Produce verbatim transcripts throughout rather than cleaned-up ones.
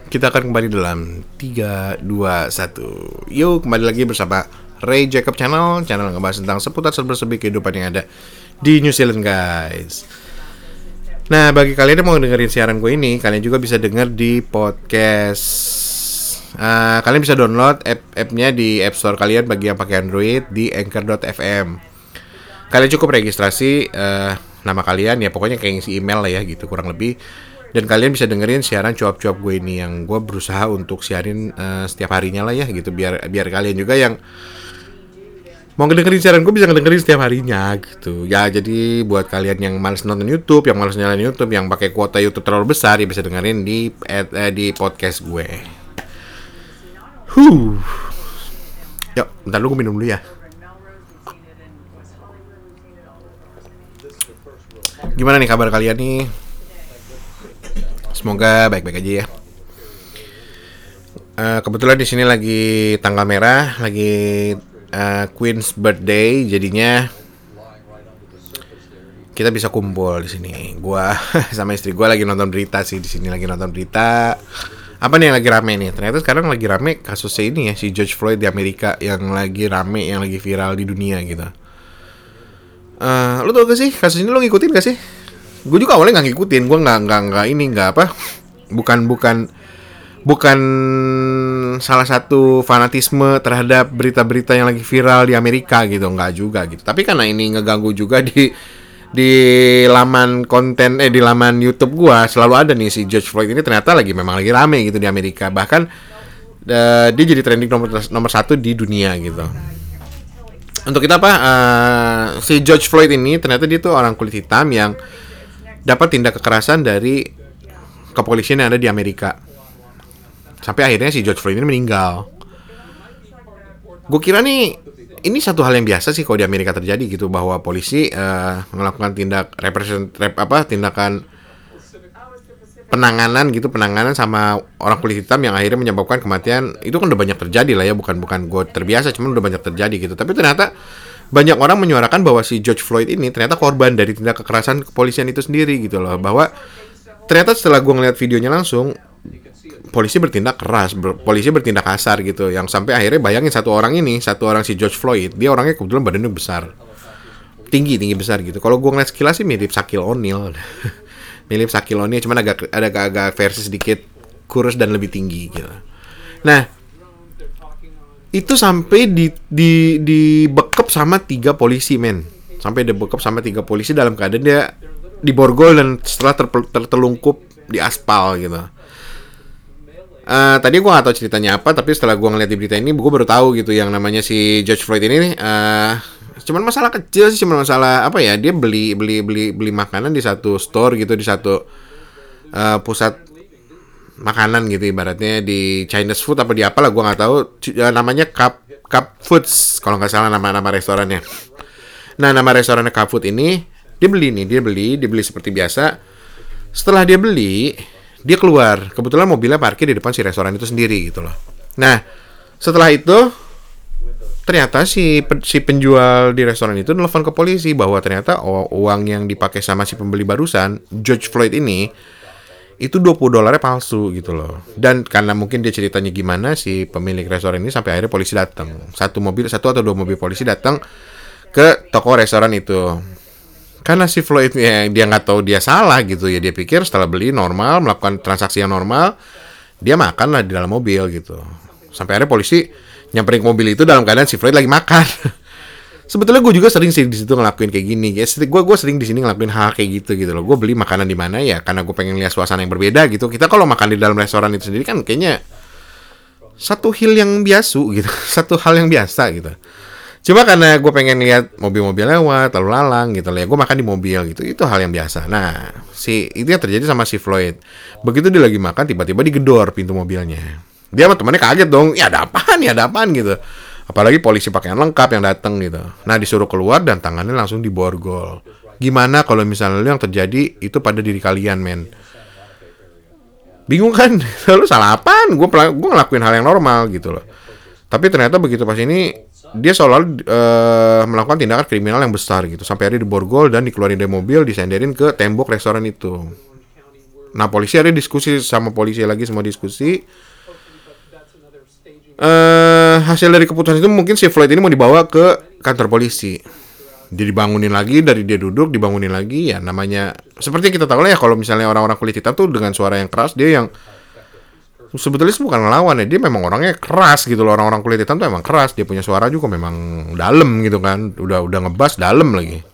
Kita akan kembali dalam tiga, dua, satu. Yuk, kembali lagi bersama Ray Jacob Channel. Channel yang ngebahas tentang seputar serba-serbi kehidupan yang ada di New Zealand, guys. Nah, bagi kalian yang mau dengerin siaran gue ini, kalian juga bisa denger di podcast. uh, Kalian bisa download app-appnya di App Store kalian bagi yang pakai Android di anchor dot f m. Kalian cukup registrasi uh, nama kalian, ya pokoknya kayak ngisi email lah ya gitu kurang lebih. Dan kalian bisa dengerin siaran cuap-cuap gue ini yang gue berusaha untuk siarin uh, setiap harinya lah ya gitu, biar biar kalian juga yang mau ngedengerin siaran gue bisa ngedengerin setiap harinya gitu. Ya jadi buat kalian yang malas nonton YouTube, yang malas nyalain YouTube, yang pakai kuota YouTube terlalu besar, ya bisa dengerin di eh, di podcast gue. Huh. Yuk, bentar dulu gue minum dulu ya. Gimana nih kabar kalian nih? Semoga baik-baik aja ya. Uh, kebetulan di sini lagi tanggal merah, lagi uh, Queen's birthday, jadinya kita bisa kumpul di sini. Gua sama istri gua lagi nonton berita sih di sini, lagi nonton berita. Apa nih yang lagi rame nih? Ternyata sekarang lagi rame kasusnya ini ya, si George Floyd di Amerika yang lagi rame, yang lagi viral di dunia gitu. Uh, lo tau gak sih kasus ini, lo ngikutin gak sih? Gue juga awalnya nggak ngikutin, gue nggak nggak nggak ini nggak apa, bukan bukan bukan salah satu fanatisme terhadap berita-berita yang lagi viral di Amerika gitu, nggak juga gitu. Tapi karena ini ngeganggu juga di di laman konten eh di laman YouTube gue selalu ada nih si George Floyd ini ternyata lagi memang lagi rame gitu di Amerika, bahkan uh, dia jadi trending nomor nomor satu di dunia gitu. Untuk kita apa? Uh, si George Floyd ini ternyata dia tuh orang kulit hitam yang dapat tindak kekerasan dari kepolisian yang ada di Amerika. Sampai akhirnya si George Floyd ini meninggal. Gue kira nih ini satu hal yang biasa sih kalau di Amerika terjadi gitu, bahwa polisi uh, melakukan tindak represent rep, apa tindakan penanganan gitu, penanganan sama orang kulit hitam yang akhirnya menyebabkan kematian. Itu kan udah banyak terjadi lah ya, bukan bukan gue terbiasa, cuman udah banyak terjadi gitu. Tapi ternyata banyak orang menyuarakan bahwa si George Floyd ini ternyata korban dari tindak kekerasan kepolisian itu sendiri gitu loh. Bahwa ternyata setelah gue ngeliat videonya langsung, polisi bertindak keras, ber, polisi bertindak kasar gitu. Yang sampai akhirnya bayangin satu orang ini, satu orang si George Floyd, dia orangnya kebetulan badannya besar, tinggi, tinggi besar gitu. Kalau gue ngeliat sekilas sih mirip Shaquille O'Neal. Mirip Shaquille O'Neal, cuman agak ada agak versi sedikit kurus dan lebih tinggi gitu. Nah, itu sampai di di dibekep sama tiga polisi, men. Sampai dibekep sama tiga polisi dalam keadaan dia diborgol dan setelah ter, ter, tertelungkup di aspal gitu. Uh, tadi gue gak tahu ceritanya apa, tapi setelah gue ngeliat di berita ini, gue baru tahu gitu yang namanya si George Floyd ini uh, cuman masalah kecil sih, cuman masalah apa ya? Dia beli beli beli beli makanan di satu store gitu, di satu uh, pusat makanan gitu ibaratnya, di Chinese food apa di apalah gue nggak tahu, namanya Cup Cup Foods kalau nggak salah nama nama restorannya. Nah, nama restorannya Cup Food ini dia beli nih, dia beli, dia beli seperti biasa. Setelah dia beli, dia keluar. Kebetulan mobilnya parkir di depan si restoran itu sendiri gitu loh. Nah, setelah itu ternyata si si penjual di restoran itu nelfon ke polisi bahwa ternyata uang yang dipakai sama si pembeli barusan George Floyd ini itu dua puluh dolarnya palsu gitu loh. Dan karena mungkin dia ceritanya gimana, si pemilik restoran ini sampai akhirnya polisi datang. Satu mobil, satu atau dua mobil polisi datang ke toko restoran itu. Karena si Floyd ya, dia nggak tahu dia salah gitu ya, dia pikir setelah beli normal, melakukan transaksi yang normal, dia makan lah di dalam mobil gitu. Sampai akhirnya polisi nyamperin ke mobil itu dalam keadaan si Floyd lagi makan. Sebetulnya gue juga sering sih di situ ngelakuin kayak gini. Ya, gue gue sering di sini ngelakuin hal kayak gitu gitu loh. Gue beli makanan di mana ya karena gue pengen lihat suasana yang berbeda gitu. Kita kalau makan di dalam restoran itu sendiri kan kayaknya satu hal yang biasa gitu, satu hal yang biasa gitu. Cuma karena gue pengen lihat mobil-mobil lewat lalu lalang gitu lah, ya gue makan di mobil gitu. Itu hal yang biasa. Nah, si itu yang terjadi sama si Floyd. Begitu dia lagi makan, tiba-tiba digedor pintu mobilnya. Dia sama temannya kaget dong. Ya ada apaan? Ya ada apaan gitu. Apalagi polisi pakaian lengkap yang datang gitu. Nah, disuruh keluar dan tangannya langsung diborgol. Gimana kalau misalnya yang terjadi itu pada diri kalian, men? Bingung kan? Lu salah apaan? Gue gue ngelakuin hal yang normal gitu loh. Tapi ternyata begitu pas ini dia seolah uh, melakukan tindakan kriminal yang besar gitu. Sampai akhirnya diborgol dan dikeluarin dari mobil, disenderin ke tembok restoran itu. Nah polisi ada diskusi sama polisi lagi, semua diskusi. Uh, hasil dari keputusan itu mungkin si Floyd ini mau dibawa ke kantor polisi. Dia dibangunin lagi, dari dia duduk dibangunin lagi. Ya namanya seperti kita tahu lah ya, kalau misalnya orang-orang kulit hitam tuh dengan suara yang keras, dia yang sebetulnya bukan ngelawan ya, dia memang orangnya keras gitu loh. Orang-orang kulit hitam tuh emang keras, dia punya suara juga memang dalam gitu kan, udah udah ngebas dalam lagi.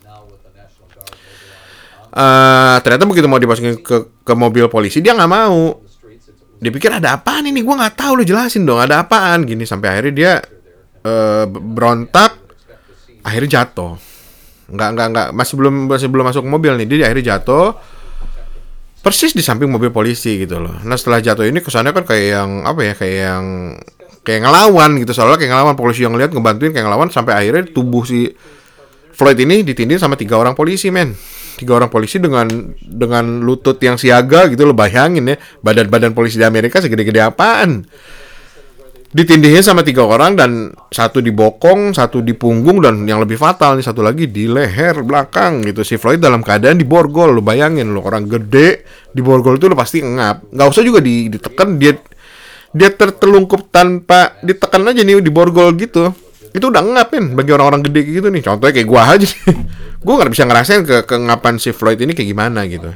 Uh, ternyata begitu mau dimasukin ke ke mobil polisi, dia nggak mau. Dia pikir ada apaan ini, gue nggak tahu, lo jelasin dong ada apaan gini. Sampai akhirnya dia uh, berontak, akhirnya jatuh. Nggak nggak nggak masih belum masih belum masuk ke mobil nih, dia akhirnya jatuh persis di samping mobil polisi gitu loh. Nah setelah jatuh ini kesannya kan kayak yang apa ya, kayak yang kayak ngelawan gitu, soalnya kayak ngelawan, polisi yang lihat ngebantuin kayak ngelawan. Sampai akhirnya tubuh si Floyd ini ditindih sama tiga orang polisi men. Tiga orang polisi dengan dengan lutut yang siaga gitu lo, bayangin ya badan-badan polisi di Amerika segede-gede apaan. Ditindihnya sama tiga orang, dan satu di bokong, satu di punggung, dan yang lebih fatal nih satu lagi di leher belakang gitu. Si Floyd dalam keadaan diborgol, lo bayangin lo, orang gede diborgol itu lo pasti ngap. Nggak usah juga di, ditekan, dia dia tertelungkup tanpa ditekan aja nih diborgol gitu. Itu udah ngap kan bagi orang-orang gede gitu nih. Contohnya kayak gua aja nih. Gua nggak bisa ngerasain ke kengapan si Floyd ini kayak gimana gitu.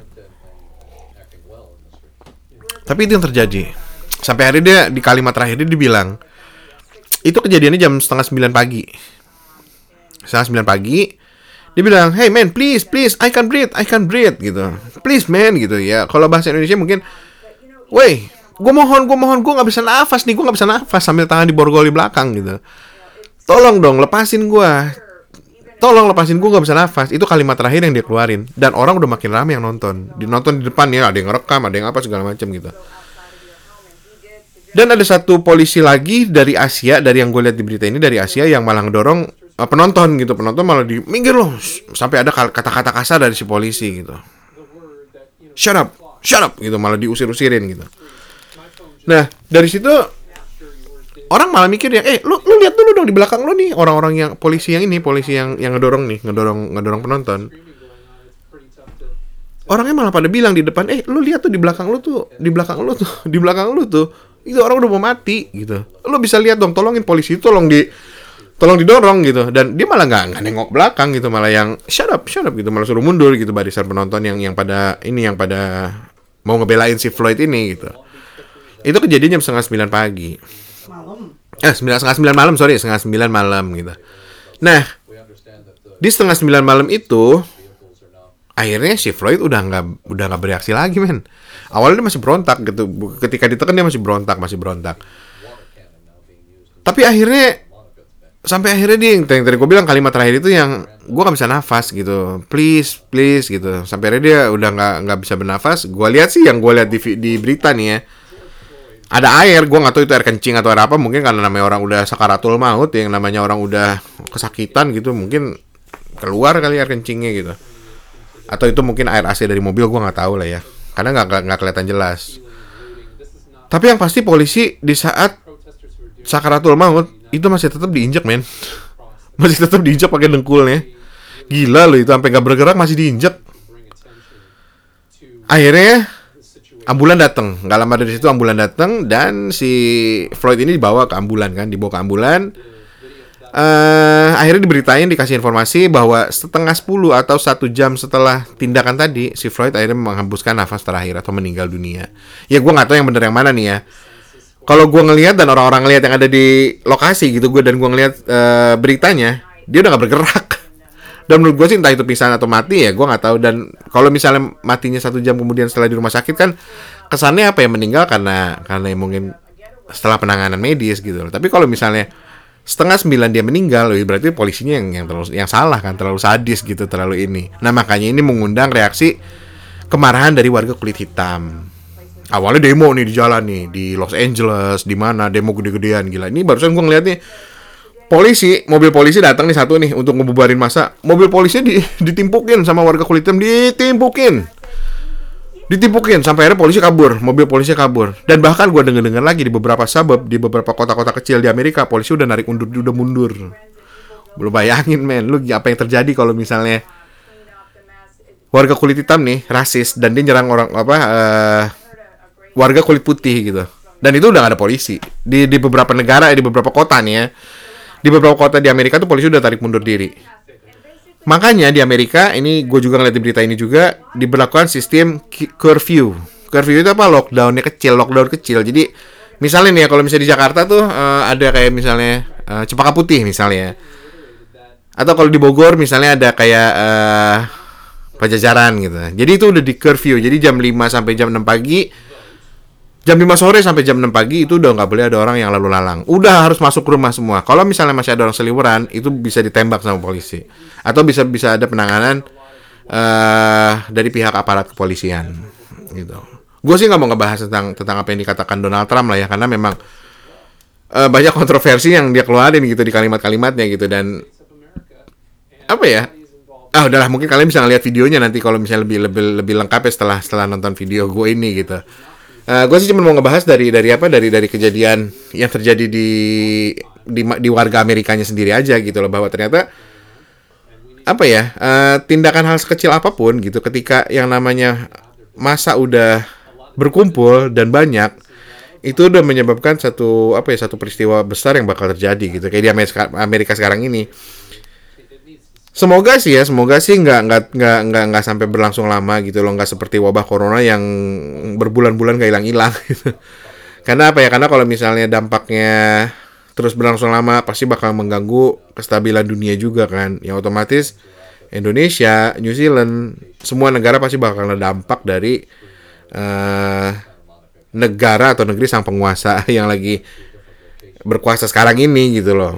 Tapi itu yang terjadi. Sampai hari dia di kalimat terakhir dia bilang, itu kejadiannya jam setengah sembilan pagi. Setengah sembilan pagi, dia bilang, hey man, please, please, I can breathe, I can breathe gitu. Please man gitu ya. Kalau bahasa Indonesia mungkin, woi, gue mohon, gue mohon, gue nggak bisa nafas nih, gue nggak bisa nafas sambil tangan diborgol di belakang gitu. Tolong dong, lepasin gue. Tolong lepasin gue, nggak bisa nafas. Itu kalimat terakhir yang dia keluarin. Dan orang udah makin ramai yang nonton. Di nonton di depan ya, ada yang ngerekam, ada yang apa segala macam gitu. Dan ada satu polisi lagi dari Asia, dari yang gue lihat di berita ini, dari Asia yang malah ngedorong uh, penonton gitu. Penonton malah di minggir loh, sampai ada kata-kata kasar dari si polisi gitu. Shut up, shut up gitu, malah diusir-usirin gitu. Nah, dari situ orang malah mikir ya, eh lu lu lihat dulu dong di belakang lu nih, orang-orang yang polisi yang ini, polisi yang yang ngedorong nih, ngedorong ngedorong penonton. Orangnya malah pada bilang di depan, eh lu lihat tuh di belakang lu tuh, di belakang lu tuh, di belakang lu tuh. Itu orang udah mau mati gitu. Lo bisa lihat dong, tolongin polisi, tolong di tolong didorong gitu. Dan dia malah nggak nggak nengok belakang gitu, malah yang shut up, shut up gitu, malah suruh mundur gitu barisan penonton yang yang pada ini yang pada mau ngebelain si Floyd ini gitu. Itu kejadian jam setengah sembilan pagi. Eh sembilan setengah sembilan malam, sorry setengah sembilan malam gitu. Nah di setengah sembilan malam itu akhirnya si Floyd udah nggak udah nggak bereaksi lagi men. Awalnya dia masih berontak gitu, ketika ditekan dia masih berontak, masih berontak. Tapi akhirnya sampai akhirnya dia yang tadi gue bilang kalimat terakhir itu yang gue nggak bisa nafas gitu, please please gitu. Sampai akhirnya dia udah nggak nggak bisa bernafas. Gue lihat sih yang gue lihat di di berita nih ya, ada air, gue nggak tahu itu air kencing atau air apa, mungkin karena namanya orang udah sakaratul maut, yang namanya orang udah kesakitan gitu, mungkin keluar kali air kencingnya gitu. Atau itu mungkin air A C dari mobil, gue nggak tahu lah ya, karena nggak nggak kelihatan jelas. Tapi yang pasti polisi di saat sakaratul maut itu masih tetap diinjak men, masih tetap diinjak pakai dengkulnya. Gila loh itu, sampai nggak bergerak masih diinjak. Akhirnya ambulan datang, nggak lama dari situ ambulan datang, dan si Floyd ini dibawa ke ambulan kan, dibawa ke ambulan. Uh, akhirnya diberitain, dikasih informasi bahwa setengah sepuluh atau satu jam setelah tindakan tadi, si Floyd akhirnya menghembuskan nafas terakhir atau meninggal dunia. Ya gue nggak tahu yang benar yang mana nih ya. Kalau gue ngelihat dan orang-orang ngelihat yang ada di lokasi gitu, gue dan gue ngelihat uh, beritanya, dia udah nggak bergerak. Dan menurut gue sih entah itu pingsan atau mati ya, gue nggak tahu. Dan kalau misalnya matinya satu jam kemudian setelah di rumah sakit kan kesannya apa ya, meninggal karena karena mungkin setelah penanganan medis gitu. Tapi kalau misalnya setengah sembilan dia meninggal, berarti polisinya yang yang terlalu yang salah kan, terlalu sadis gitu, terlalu ini. Nah makanya ini mengundang reaksi kemarahan dari warga kulit hitam. Awalnya demo nih di jalan nih, di Los Angeles, di mana demo gede-gedean gila. Ini barusan gue ngeliat nih, polisi, mobil polisi datang nih satu nih untuk ngebubarin massa. Mobil polisinya di, ditimpukin sama warga kulit hitam, ditimpukin. Ditimpukin sampai akhirnya polisi kabur, mobil polisi kabur. Dan bahkan gue denger-denger lagi di beberapa suburb, di beberapa kota-kota kecil di Amerika, polisi udah narik undur, udah mundur. Belum bayangin men, lu apa yang terjadi kalau misalnya warga kulit hitam nih rasis dan dia nyerang orang apa uh, warga kulit putih gitu. Dan itu udah gak ada polisi di di beberapa negara, di beberapa kota nih ya. Di beberapa kota di Amerika tuh polisi udah tarik mundur diri. Makanya di Amerika ini gue juga ngeliat di berita ini juga diberlakukan sistem curfew. Curfew itu apa? Lockdownnya kecil, lockdown kecil. Jadi misalnya nih ya, kalau misalnya di Jakarta tuh uh, ada kayak misalnya uh, Cempaka Putih misalnya. Atau kalau di Bogor misalnya ada kayak uh, Pajajaran gitu. Jadi itu udah di curfew. Jadi jam lima sampai jam enam pagi, jam lima sore sampai jam enam pagi itu udah nggak boleh ada orang yang lalu lalang. Udah harus masuk rumah semua. Kalau misalnya masih ada orang seliweran, itu bisa ditembak sama polisi. Atau bisa bisa ada penanganan uh, dari pihak aparat kepolisian gitu. Gue sih nggak mau ngebahas tentang tentang apa yang dikatakan Donald Trump lah ya, karena memang uh, banyak kontroversi yang dia keluarin gitu di kalimat-kalimatnya gitu. Dan apa ya? Ah udahlah, mungkin kalian bisa ngeliat videonya nanti kalau misalnya lebih lebih lebih lengkap ya setelah setelah nonton video gue ini gitu. Uh, gue sih cuma mau ngebahas dari dari apa dari dari kejadian yang terjadi di di di warga Amerikanya sendiri aja gitu loh, bahwa ternyata apa ya uh, tindakan hal sekecil apapun gitu ketika yang namanya masa udah berkumpul dan banyak, itu udah menyebabkan satu apa ya satu peristiwa besar yang bakal terjadi gitu kayak di Amerika, Amerika sekarang ini. Semoga sih ya, semoga sih nggak nggak nggak nggak nggak sampai berlangsung lama gitu loh, nggak seperti wabah corona yang berbulan-bulan nggak hilang-hilang gitu. Karena apa ya? Karena kalau misalnya dampaknya terus berlangsung lama pasti bakal mengganggu kestabilan dunia juga kan. Yang otomatis Indonesia, New Zealand, semua negara pasti bakal ada dampak dari Uh, negara atau negeri sang penguasa yang lagi berkuasa sekarang ini gitu loh.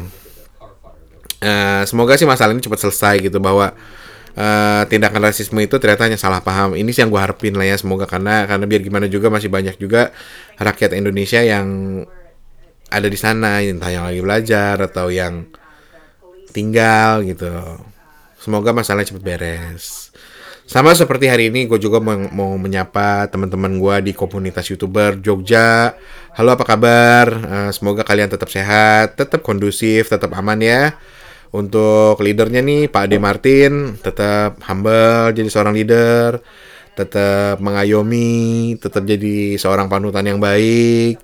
Uh, semoga sih masalah ini cepat selesai gitu, bahwa uh, tindakan rasisme itu ternyata hanya salah paham. Ini sih yang gue harapin lah ya, semoga, karena karena biar gimana juga masih banyak juga rakyat Indonesia yang ada di sana, entah yang lagi belajar atau yang tinggal gitu. Semoga masalahnya cepat beres. Sama seperti hari ini gue juga mau, mau menyapa teman-teman gue di komunitas YouTuber Jogja. Halo, apa kabar? Uh, semoga kalian tetap sehat, tetap kondusif, tetap aman ya. Untuk leadernya nih Pak Ade Martin, tetap humble jadi seorang leader, tetap mengayomi, tetap jadi seorang panutan yang baik,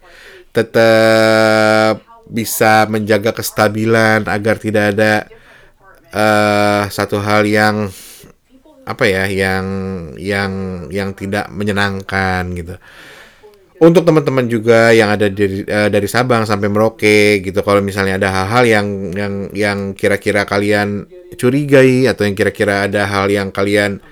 tetap bisa menjaga kestabilan agar tidak ada uh, satu hal yang apa ya yang yang yang tidak menyenangkan gitu. Untuk teman-teman juga yang ada dari uh, dari Sabang sampai Merauke gitu, kalau misalnya ada hal-hal yang yang yang kira-kira kalian curigai atau yang kira-kira ada hal yang kalian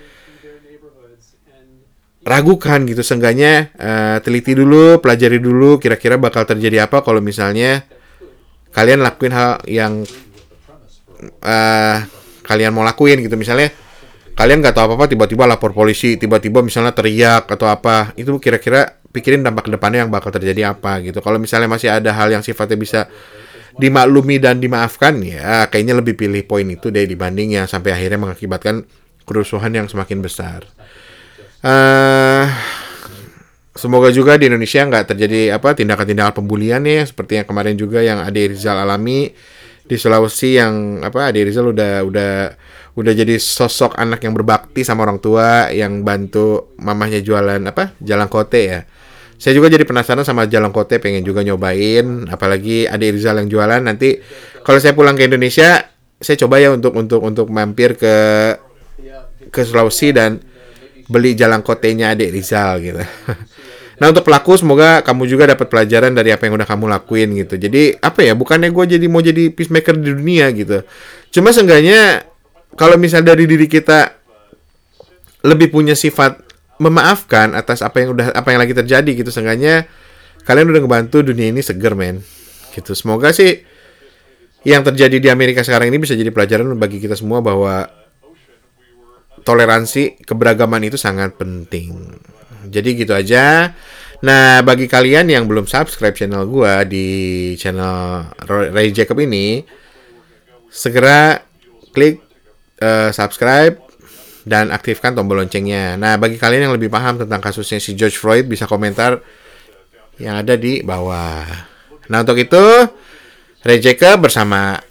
ragukan gitu, seenggaknya uh, teliti dulu, pelajari dulu kira-kira bakal terjadi apa kalau misalnya kalian lakuin hal yang uh, kalian mau lakuin gitu. Misalnya kalian nggak tahu apa-apa, tiba-tiba lapor polisi, tiba-tiba misalnya teriak atau apa, itu kira-kira pikirin dampak kedepannya yang bakal terjadi apa gitu. Kalau misalnya masih ada hal yang sifatnya bisa dimaklumi dan dimaafkan, ya kayaknya lebih pilih poin itu deh dibanding yang sampai akhirnya mengakibatkan kerusuhan yang semakin besar. Uh, semoga juga di Indonesia nggak terjadi apa tindakan-tindakan pembulian ya, seperti yang kemarin juga yang Ade Rizal alami di Sulawesi, yang apa Ade Rizal udah udah udah jadi sosok anak yang berbakti sama orang tua, yang bantu mamahnya jualan apa jalan kote ya. Saya juga jadi penasaran sama jalan kote, pengen juga nyobain, apalagi Ade Rizal yang jualan. Nanti kalau saya pulang ke Indonesia, saya coba ya untuk untuk untuk mampir ke ke Sulawesi dan beli jalan kotenya Ade Rizal gitu. Nah, untuk pelaku, semoga kamu juga dapat pelajaran dari apa yang udah kamu lakuin gitu. Jadi apa ya, bukannya gue jadi mau jadi peacemaker di dunia gitu. Cuma seenggaknya kalau misal dari diri kita lebih punya sifat memaafkan atas apa yang udah apa yang lagi terjadi gitu, seenggaknya kalian udah ngebantu dunia ini seger, men. Gitu. Semoga sih yang terjadi di Amerika sekarang ini bisa jadi pelajaran bagi kita semua, bahwa toleransi, keberagaman itu sangat penting. Jadi gitu aja. Nah, bagi kalian yang belum subscribe channel gue di channel Ray Jacob ini, segera klik uh, subscribe dan aktifkan tombol loncengnya. Nah, bagi kalian yang lebih paham tentang kasusnya si George Floyd, bisa komentar yang ada di bawah. Nah, untuk itu Ray Jacob bersama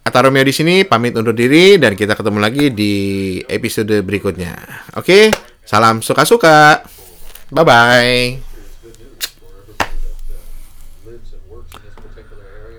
Kata Romeo di sini pamit undur diri dan kita ketemu lagi di episode berikutnya. Oke, salam suka-suka. Bye bye.